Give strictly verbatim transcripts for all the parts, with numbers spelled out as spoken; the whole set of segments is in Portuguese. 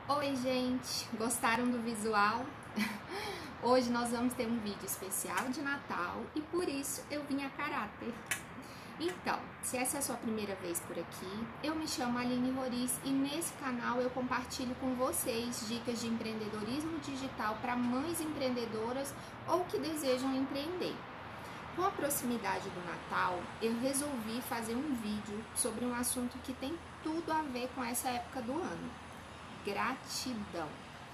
Oi, gente! Gostaram do visual? Hoje nós vamos ter um vídeo especial de Natal e por isso eu vim a caráter. Então, se essa é a sua primeira vez por aqui, eu me chamo Aline Roriz e nesse canal eu compartilho com vocês dicas de empreendedorismo digital para mães empreendedoras ou que desejam empreender. Com a proximidade do Natal, eu resolvi fazer um vídeo sobre um assunto que tem tudo a ver com essa época do ano: gratidão.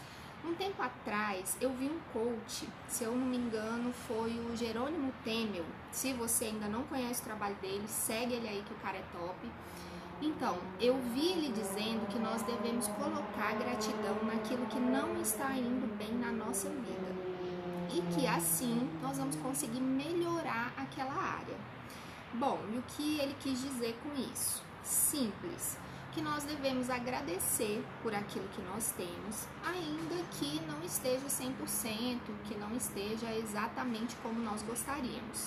Um tempo atrás eu vi um coach, se eu não me engano foi o Jerônimo Temel. Se você ainda não conhece o trabalho dele, segue ele aí que o cara é top. Então, eu vi ele dizendo que nós devemos colocar gratidão naquilo que não está indo bem na nossa vida e que assim nós vamos conseguir melhorar aquela área. Bom, e o que ele quis dizer com isso? Simples. Que nós devemos agradecer por aquilo que nós temos, ainda que não esteja cem por cento, que não esteja exatamente como nós gostaríamos.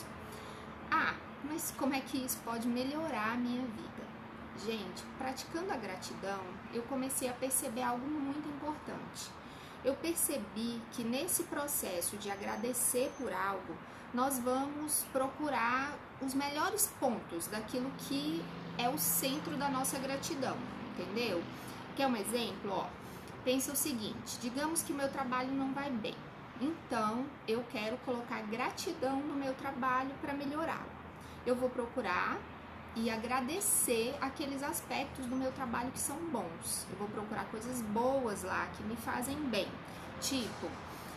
Ah, mas como é que isso pode melhorar a minha vida? Gente, praticando a gratidão, eu comecei a perceber algo muito importante. Eu percebi que nesse processo de agradecer por algo, nós vamos procurar os melhores pontos daquilo que é o centro da nossa gratidão, entendeu? Quer um exemplo? Ó, pensa o seguinte, digamos que o meu trabalho não vai bem, então eu quero colocar gratidão no meu trabalho para melhorar. Eu vou procurar e agradecer aqueles aspectos do meu trabalho que são bons. Eu vou procurar coisas boas lá, que me fazem bem. Tipo,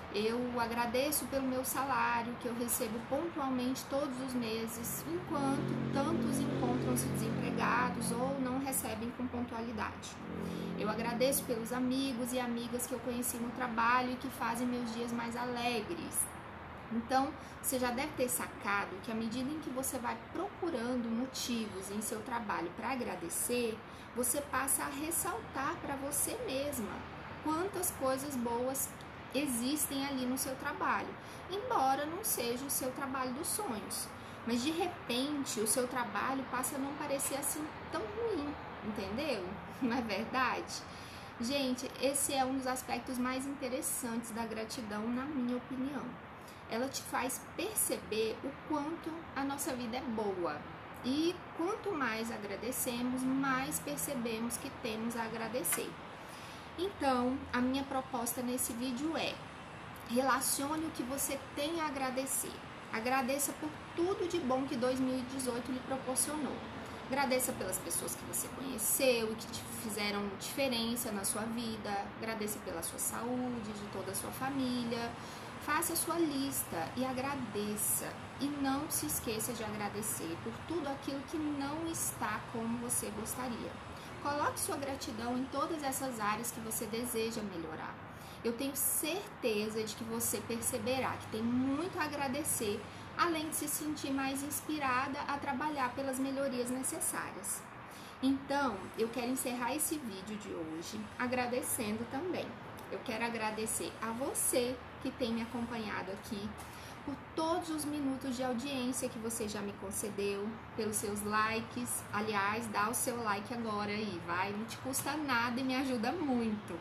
eu agradeço pelo meu salário, que eu recebo pontualmente todos os meses, enquanto tantos encontram-se desempregados ou não recebem com pontualidade. Eu agradeço pelos amigos e amigas que eu conheci no trabalho e que fazem meus dias mais alegres. Então, você já deve ter sacado que à medida em que você vai procurando motivos em seu trabalho para agradecer, você passa a ressaltar para você mesma quantas coisas boas existem ali no seu trabalho, embora não seja o seu trabalho dos sonhos. Mas de repente o seu trabalho passa a não parecer assim tão ruim, entendeu? Não é verdade? Gente, esse é um dos aspectos mais interessantes da gratidão, na minha opinião. Ela te faz perceber o quanto a nossa vida é boa. E quanto mais agradecemos, mais percebemos que temos a agradecer. Então, a minha proposta nesse vídeo é: relacione o que você tem a agradecer. Agradeça por tudo de bom que dois mil e dezoito lhe proporcionou. Agradeça pelas pessoas que você conheceu e que te fizeram diferença na sua vida. Agradeça pela sua saúde, de toda a sua família. Faça a sua lista e agradeça. E não se esqueça de agradecer por tudo aquilo que não está como você gostaria. Coloque sua gratidão em todas essas áreas que você deseja melhorar. Eu tenho certeza de que você perceberá que tem muito a agradecer, além de se sentir mais inspirada a trabalhar pelas melhorias necessárias. Então, eu quero encerrar esse vídeo de hoje agradecendo também. Eu quero agradecer a você que tem me acompanhado aqui, por todos os minutos de audiência que você já me concedeu, pelos seus likes. Aliás, dá o seu like agora aí, vai, não te custa nada e me ajuda muito.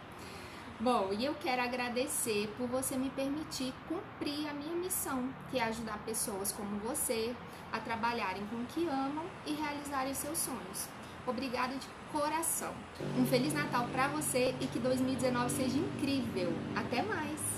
Bom, e eu quero agradecer por você me permitir cumprir a minha missão, que é ajudar pessoas como você a trabalharem com o que amam e realizarem seus sonhos. Obrigada de coração. Um Feliz Natal para você e que dois mil e dezenove seja incrível. Até mais!